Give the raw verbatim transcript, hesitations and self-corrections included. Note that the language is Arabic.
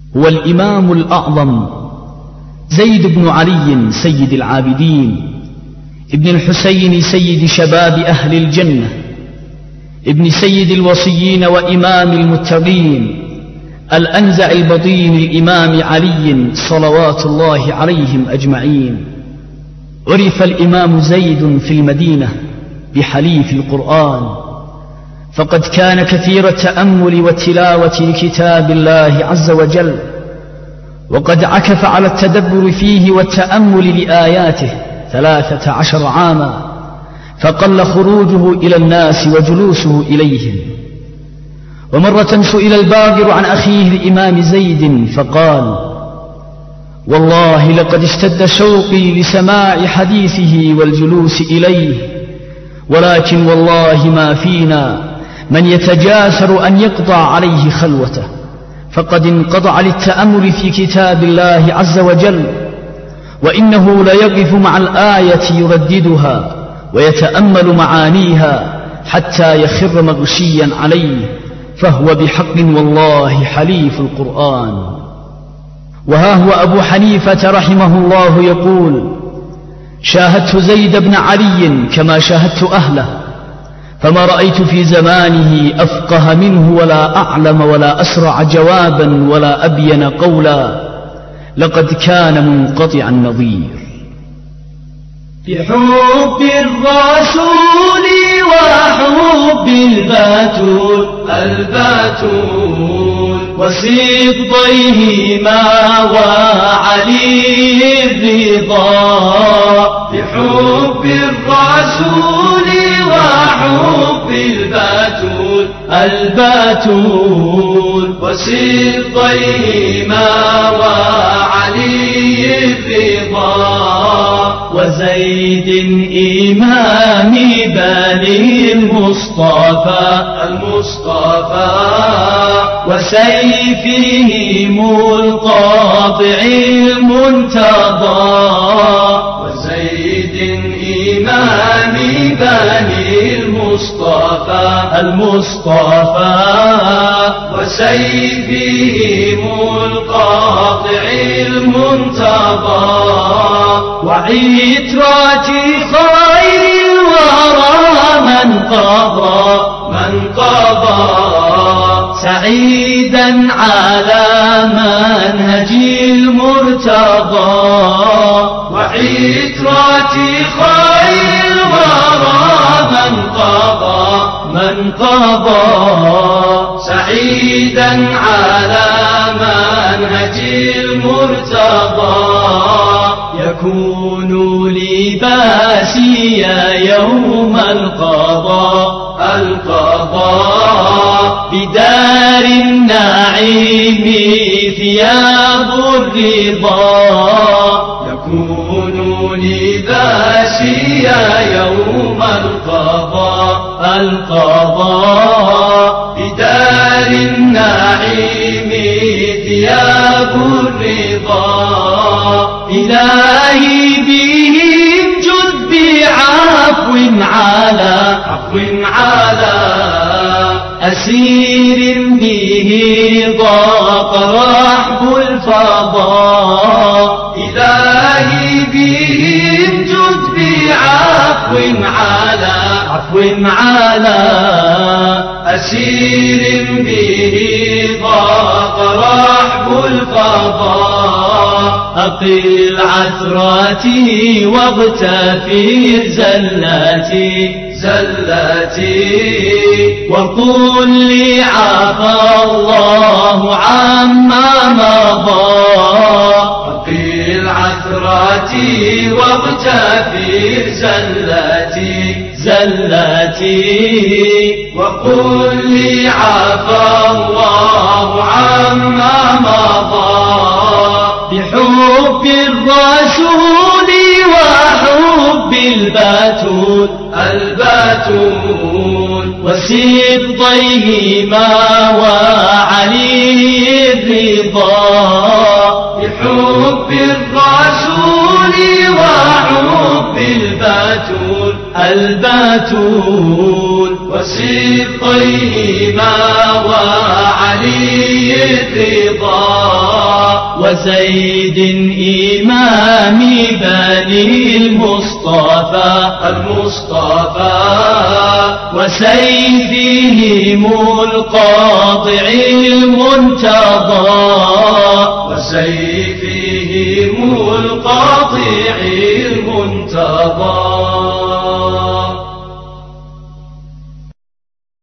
هو الإمام الأعظم زيد بن علي سيد العابدين، ابن الحسين سيد شباب أهل الجنة، ابن سيد الوصيين وإمام المتقين، الأنزع البطين الإمام علي صلوات الله عليهم أجمعين. عرف الإمام زيد في المدينة بحليف القرآن، فقد كان كثير التأمل والتلاوة لكتاب الله عز وجل، وقد عكف على التدبر فيه والتأمل لآياته ثلاثة عشر عاما، فقل خروجه إلى الناس وجلوسه إليهم. ومرة سئل الباقر عن أخيه الإمام زيد فقال: والله لقد اشتد شوقي لسماع حديثه والجلوس إليه، ولكن والله ما فينا من يتجاسر أن يقطع عليه خلوته، فقد انقطع للتأمل في كتاب الله عز وجل، وإنه ليقف مع الآية يرددها ويتأمل معانيها حتى يخر مغشيا عليه، فهو بحق والله حليف القرآن. وها هو أبو حنيفة رحمه الله يقول: شاهدت زيد بن علي كما شاهدت أهله، فما رأيت في زمانه أفقه منه ولا أعلم ولا أسرع جوابا ولا أبين قولا، لقد كان منقطع النظير. بحب الرسول وحب البتول البتول وصدقيهما وعلي الرضا، بحب الرسول وحب البتول البتول وصدقيهما وعلي الرضا، وزيد إمام بني المصطفى المصطفى وسيفهم القاطع المنتضى، وزيد إمام بني المصطفى المصطفى وسيفهم القاطع المنتضى، وعترة خير الورى من قضى من قضى سعيدا على منهج المرتضى، وعترة خير الورى من قضى من قضى سعيدا على منهج المرتضى، يكون لباسي يوم القضاء القضاء بدار النعيم ثياب الرضا، يكون لباسي يوم القضاء القضاء بدار النعيم ثياب الرضا، إلهي بهم جد بعفو على عفو على أسير به ضاق رحب الفضاء، إلهي بهم جد بعفو على عفو على أسير به ضاق رحب الفضاء، أقل عثراتي واغتفر زلاتي زلاتي وقل لي عفى الله عما مضى، أقل عثراتي واغتفر زلاتي زلاتي وقل لي عفى الله عما مضى، بحب الرسول وحب البتول البتول وسبطيهما وعلي الرضا، بحب الرسول وحب البتول البتول وسبطيهما وعلي علي الرضا وزيد إمام بني المصطفى المصطفى وسيفهم القاطع المنتضى وسيفهم القاطع المنتضى